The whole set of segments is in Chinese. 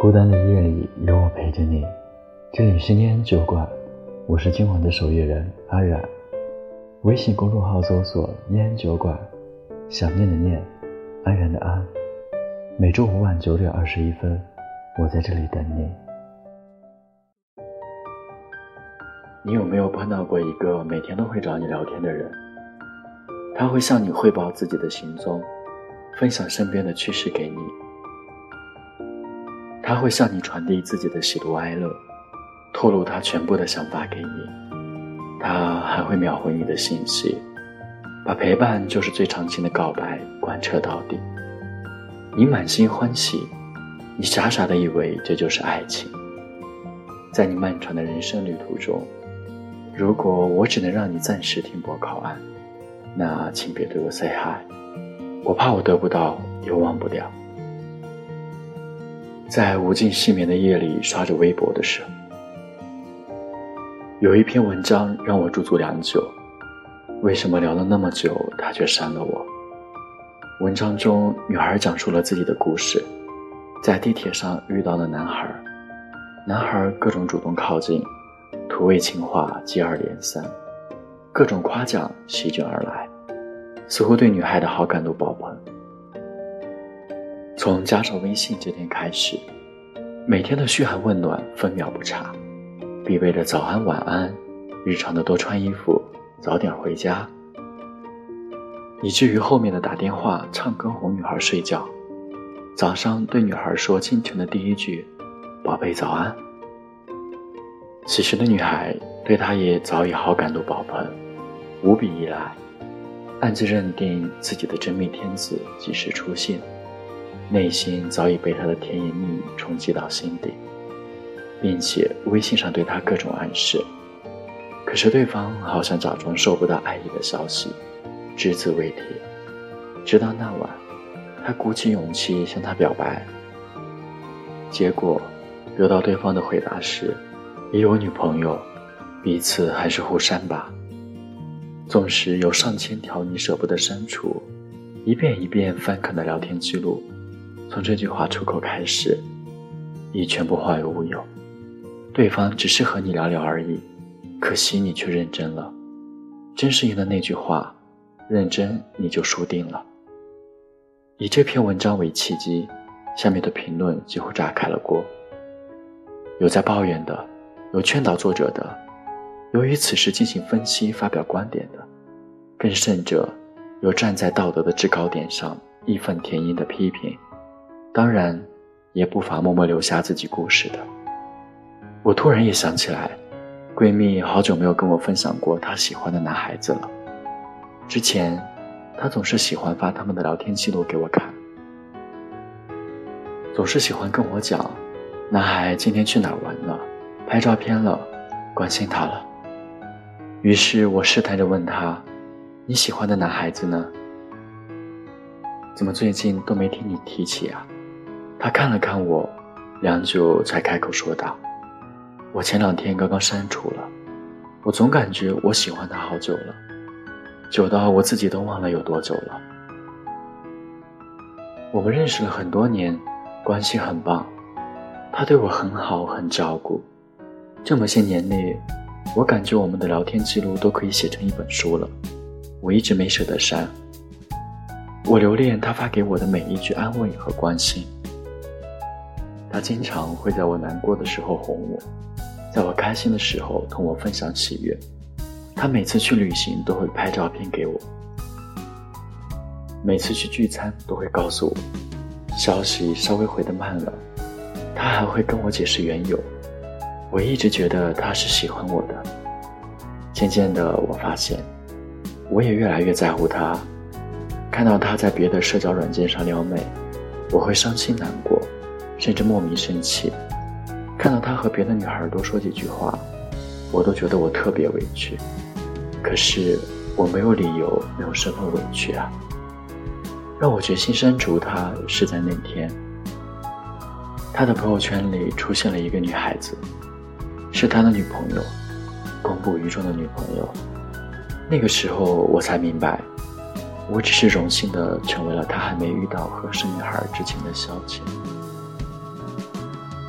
孤单的夜里有我陪着你，这里是念安酒馆，我是今晚的守夜人阿冉。微信公众号搜索念安酒馆，想念的念，安然的安。每周五晚9点21分，我在这里等你。你有没有碰到过一个每天都会找你聊天的人？他会向你汇报自己的行踪，分享身边的趣事给你。他会向你传递自己的喜怒哀乐，透露他全部的想法给你。他还会秒回你的信息，把陪伴就是最长情的告白贯彻到底。你满心欢喜，你傻傻的以为这就是爱情。在你漫长的人生旅途中，如果我只能让你暂时停泊靠岸，那请别对我 say hi， 我怕我得不到又忘不掉。在无尽失眠的夜里刷着微博的时候，有一篇文章让我驻足良久，为什么聊了那么久他却删了我？文章中女孩讲述了自己的故事，在地铁上遇到了男孩，男孩各种主动靠近，土味情话接二连三，各种夸奖席卷而来，似乎对女孩的好感度爆棚。从加上微信这天开始，每天的嘘寒问暖分秒不差，必备的早安晚安，日常的多穿衣服，早点回家，以至于后面的打电话唱歌哄女孩睡觉，早上对女孩说清晨的第一句宝贝早安。此时的女孩对他也早已好感度爆棚，无比依赖，暗自认定自己的真命天子即时出现，内心早已被他的甜言蜜语冲击到心底，并且微信上对他各种暗示。可是对方好像假装收不到爱意的消息，只字未提。直到那晚，他鼓起勇气向他表白，结果得到对方的回答是也有女朋友，彼此还是互删吧。纵使有上千条你舍不得删除，一遍一遍翻看的聊天记录，从这句话出口开始，已全部化为乌有。对方只是和你聊聊而已，可惜你却认真了。真是应了那句话，认真你就输定了。以这篇文章为契机，下面的评论几乎炸开了锅。有在抱怨的，有劝导作者的，有于此事进行分析发表观点的，更甚者有站在道德的制高点上义愤填膺的批评，当然也不乏默默留下自己故事的。我突然也想起来，闺蜜好久没有跟我分享过她喜欢的男孩子了。之前她总是喜欢发他们的聊天记录给我看，总是喜欢跟我讲男孩今天去哪儿玩了，拍照片了，关心他了。于是我试探着问她，你喜欢的男孩子呢？怎么最近都没听你提起啊？她看了看我，良久才开口说道，我前2天刚刚删除了，我总感觉我喜欢他好久了，久到我自己都忘了有多久了。我们认识了很多年，关系很棒，他对我很好很照顾。这么些年里，我感觉我们的聊天记录都可以写成一本书了，我一直没舍得删。我留恋他发给我的每一句安慰和关心。他经常会在我难过的时候哄我，在我开心的时候同我分享喜悦。他每次去旅行都会拍照片给我，每次去聚餐都会告诉我，消息稍微回得慢了，他还会跟我解释缘由。我一直觉得他是喜欢我的。渐渐的我发现，我也越来越在乎他。看到他在别的社交软件上撩妹，我会伤心难过，甚至莫名生气。看到他和别的女孩多说几句话，我都觉得我特别委屈。可是我没有理由，没有身份委屈啊。让我决心删除他是在那天，他的朋友圈里出现了一个女孩子，是他的女朋友，公布于众的女朋友。那个时候我才明白，我只是荣幸地成为了他还没遇到合适女孩之前的消遣。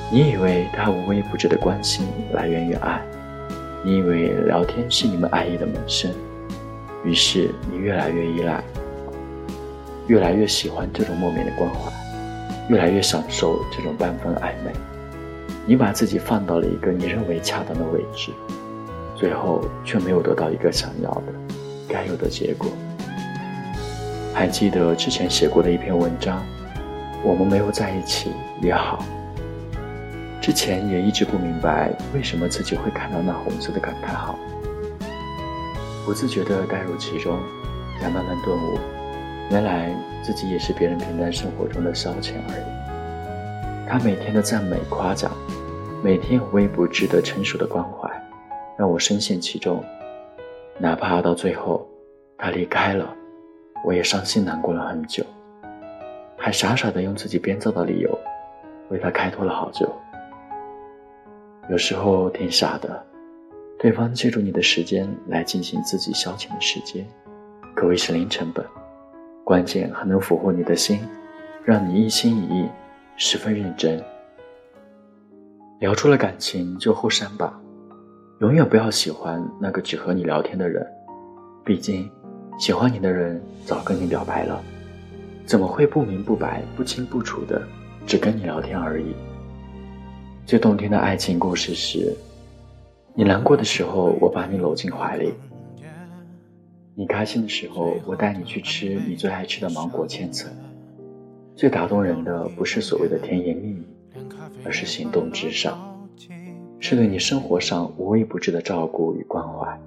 你以为他无微不至的关心来源于爱，你以为聊天是你们爱意的萌生，于是你越来越依赖，越来越喜欢这种莫名的关怀，越来越享受这种半分暧昧。你把自己放到了一个你认为恰当的位置，最后却没有得到一个想要的该有的结果。还记得之前写过的一篇文章，我们没有在一起也好。之前也一直不明白为什么自己会看到那红色的感叹号，不自觉地带入其中，才慢慢顿悟，原来自己也是别人平淡生活中的消遣而已。他每天的赞美夸奖，每天有微不至的成熟的关怀，让我深陷其中。哪怕到最后他离开了，我也伤心难过了很久，还傻傻地用自己编造的理由为他开脱了好久。有时候挺傻的，对方借助你的时间来进行自己消遣的时间，可谓是零成本，关键还能俘获你的心，让你一心一意，十分认真。聊出了感情就后删吧，永远不要喜欢那个只和你聊天的人，毕竟喜欢你的人早跟你表白了，怎么会不明不白不清不楚的只跟你聊天而已。最动听的爱情故事是，你难过的时候我把你搂进怀里，你开心的时候我带你去吃你最爱吃的芒果千层。最打动人的不是所谓的甜言蜜语，而是行动之上，是对你生活上无微不至的照顾与关怀。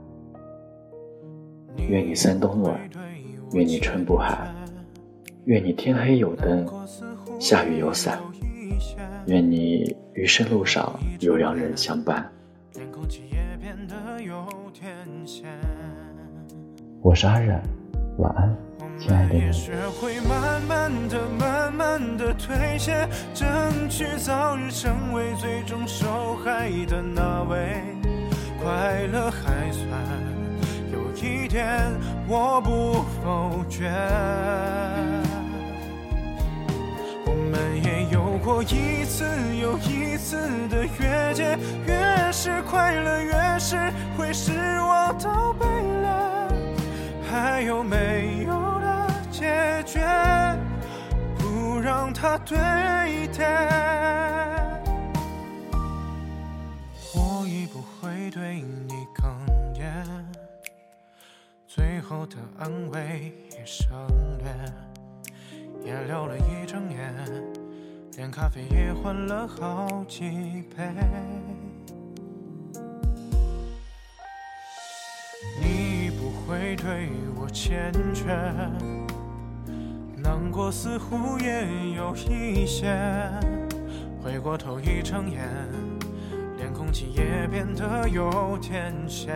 愿你三冬暖，愿你春不寒，愿你天黑有灯，下雨有伞，愿你余生路上有良人相伴。我是阿冉，晚安，亲爱的你。 学会慢慢的退却，争取早日成为最终受害的那位。快乐还算有一点，我不否决。我们也有过一次又一次的越界，越是快乐越是会失望到背了，还有没有的解决，不让它堆叠。我已不会对你哽咽，最后的安慰也省略，也聊了一整夜，连咖啡也换了好几杯。你不会对我欠缺，难过似乎也有一些，回过头一睁眼，连空气也变得有点咸。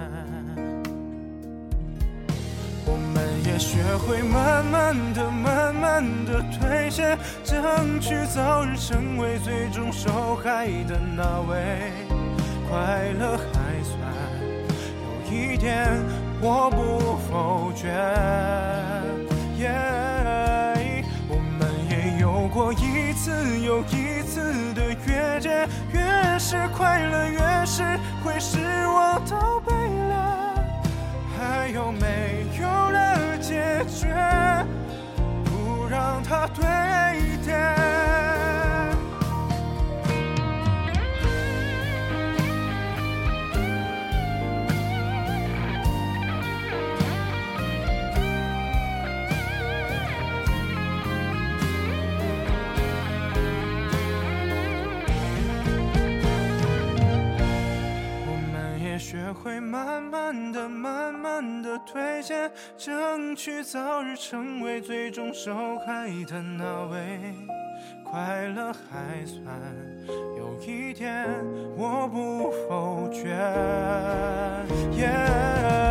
我们也学会慢慢的退却，争取早日成为最终受害的那位。快乐还算有一点，我不否决。我们也有过一次又一次的越界，越是快乐越是会失望到背了，还有没有的解决，不让它堆叠。学会慢慢的退却，争取早日成为最终受害的那位。快乐还算有一点，我不否决。